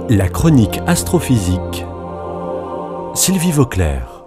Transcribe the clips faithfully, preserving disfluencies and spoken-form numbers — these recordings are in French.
La chronique astrophysique. Sylvie Vauclair.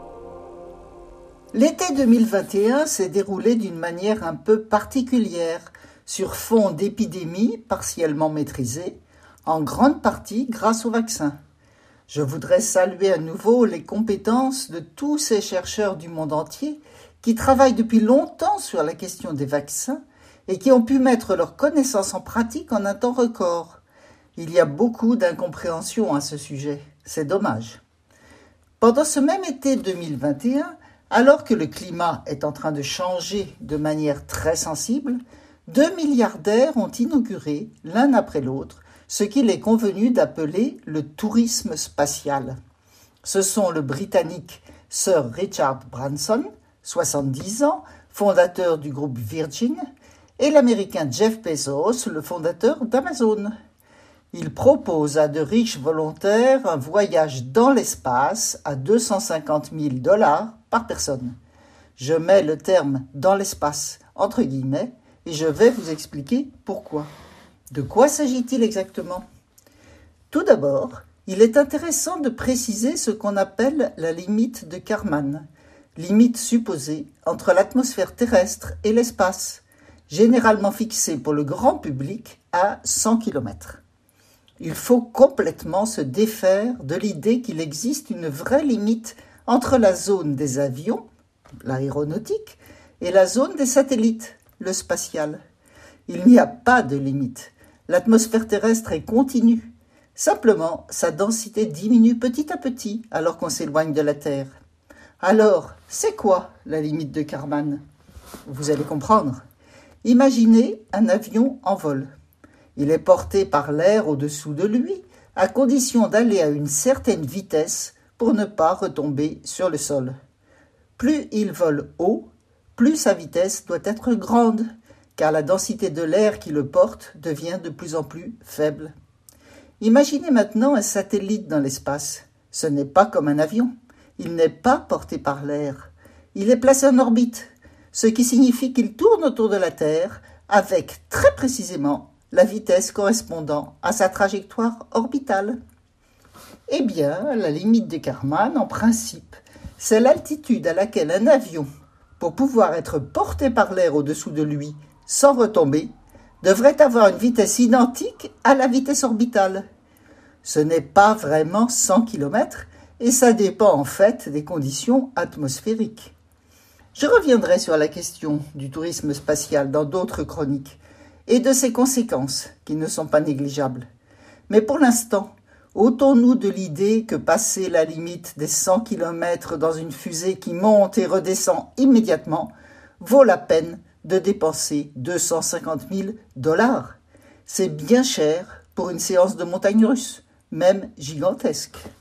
L'été deux mille vingt et un s'est déroulé d'une manière un peu particulière, sur fond d'épidémie partiellement maîtrisée, en grande partie grâce au vaccin. Je voudrais saluer à nouveau les compétences de tous ces chercheurs du monde entier qui travaillent depuis longtemps sur la question des vaccins et qui ont pu mettre leurs connaissances en pratique en un temps record. Il y a beaucoup d'incompréhension à ce sujet, c'est dommage. Pendant ce même été deux mille vingt et un, alors que le climat est en train de changer de manière très sensible, deux milliardaires ont inauguré, l'un après l'autre, ce qu'il est convenu d'appeler le tourisme spatial. Ce sont le Britannique Sir Richard Branson, soixante-dix ans, fondateur du groupe Virgin, et l'Américain Jeff Bezos, le fondateur d'Amazon. Il propose à de riches volontaires un voyage dans l'espace à deux cent cinquante mille dollars par personne. Je mets le terme « dans l'espace » entre guillemets et je vais vous expliquer pourquoi. De quoi s'agit-il exactement ? Tout d'abord, il est intéressant de préciser ce qu'on appelle la limite de Kármán, limite supposée entre l'atmosphère terrestre et l'espace, généralement fixée pour le grand public à cent kilomètres. Il faut complètement se défaire de l'idée qu'il existe une vraie limite entre la zone des avions, l'aéronautique, et la zone des satellites, le spatial. Il n'y a pas de limite. L'atmosphère terrestre est continue. Simplement, sa densité diminue petit à petit alors qu'on s'éloigne de la Terre. Alors, c'est quoi la limite de Kármán ? Vous allez comprendre. Imaginez un avion en vol. Il est porté par l'air au-dessous de lui, à condition d'aller à une certaine vitesse pour ne pas retomber sur le sol. Plus il vole haut, plus sa vitesse doit être grande, car la densité de l'air qui le porte devient de plus en plus faible. Imaginez maintenant un satellite dans l'espace. Ce n'est pas comme un avion. Il n'est pas porté par l'air. Il est placé en orbite, ce qui signifie qu'il tourne autour de la Terre avec très précisément la vitesse correspondant à sa trajectoire orbitale. Eh bien, la limite de Kármán, en principe, c'est l'altitude à laquelle un avion, pour pouvoir être porté par l'air au-dessous de lui sans retomber, devrait avoir une vitesse identique à la vitesse orbitale. Ce n'est pas vraiment cent kilomètres et ça dépend en fait des conditions atmosphériques. Je reviendrai sur la question du tourisme spatial dans d'autres chroniques, et de ses conséquences, qui ne sont pas négligeables. Mais pour l'instant, ôtons-nous de l'idée que passer la limite des cent kilomètres dans une fusée qui monte et redescend immédiatement vaut la peine de dépenser deux cent cinquante mille dollars. C'est bien cher pour une séance de montagne russe, même gigantesque.